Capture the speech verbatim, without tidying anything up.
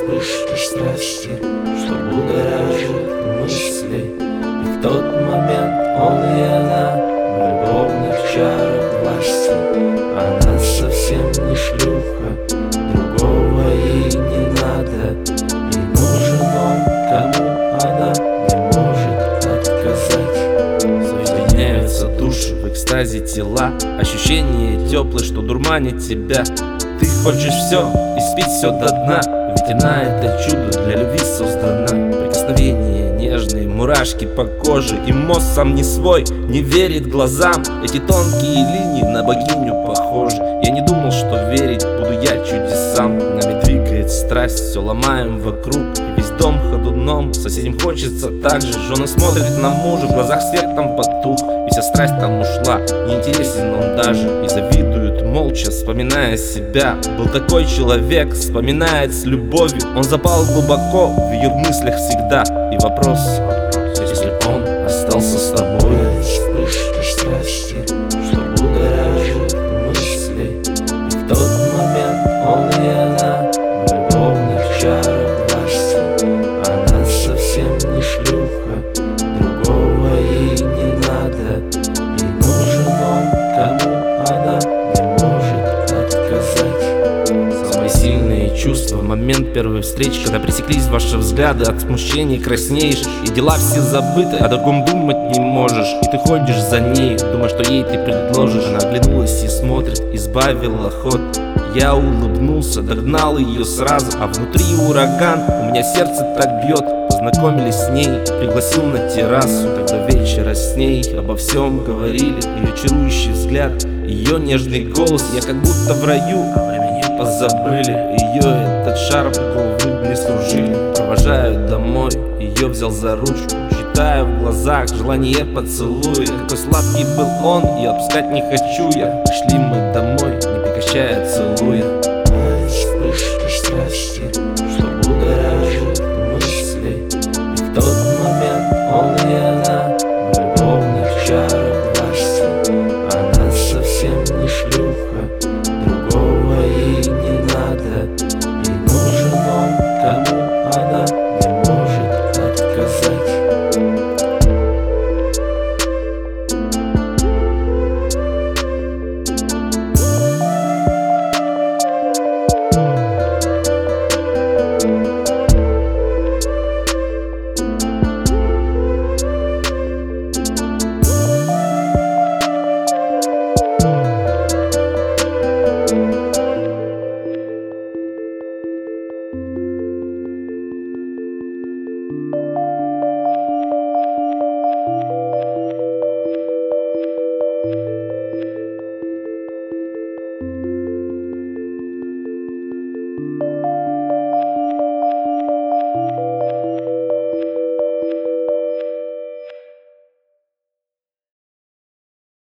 вспышка страсти, что будоражит мысли. И в тот момент он и она в любовных чарах власти. Она совсем не шлюха, другого ей не надо. И нужен он, кому она не может отказать. Соединяются души, в экстазе тела, ощущение теплое, что дурманит тебя. Ты хочешь все и спить все до дна, ведь она это чудо для любви создана. Прикосновения нежные, мурашки по коже, и мозг сам не свой, не верит глазам. Эти тонкие линии на богиню похожи. Я не думал, что верить буду я чудесам. Нами двигает страсть, все ломаем вокруг, и весь дом ходуном. Соседям хочется так же, жена смотрит на мужа, в глазах свет там потух, и вся страсть там ушла. Неинтересен он даже, и завидует молча, вспоминая себя. Был такой человек, вспоминает с любовью. Он запал глубоко в ее мыслях всегда. И вопрос, если б он остался с тобой. Вспышка страсти, что будоражит мысли. И в тот момент он и она в любовных чарах власти. Она совсем не шлюха, другого ей не надо. И нужен он, кому она не может отказать. Самые сильные чувства в момент первой встречи, когда пресеклись ваши взгляды, от смущения краснеешь, и дела все забыты, о другом думать не можешь. И ты ходишь за ней, думаешь, что ей ты предложишь. Она оглянулась и смотрит, избавила ход. Я улыбнулся, догнал ее сразу, а внутри ураган, у меня сердце так бьет. Познакомились с ней, пригласил на террасу. Тогда вечера с ней обо всем говорили. Ее чарующий взгляд, ее нежный голос. Я как будто в раю, а времени позабыли. Ее этот шар в голову не служили. Провожаю домой, ее взял за ручку, читаю в глазах желание поцелуя. Какой сладкий был он, и отпускать не хочу я. Пришли мы домой, не прекращая целуя.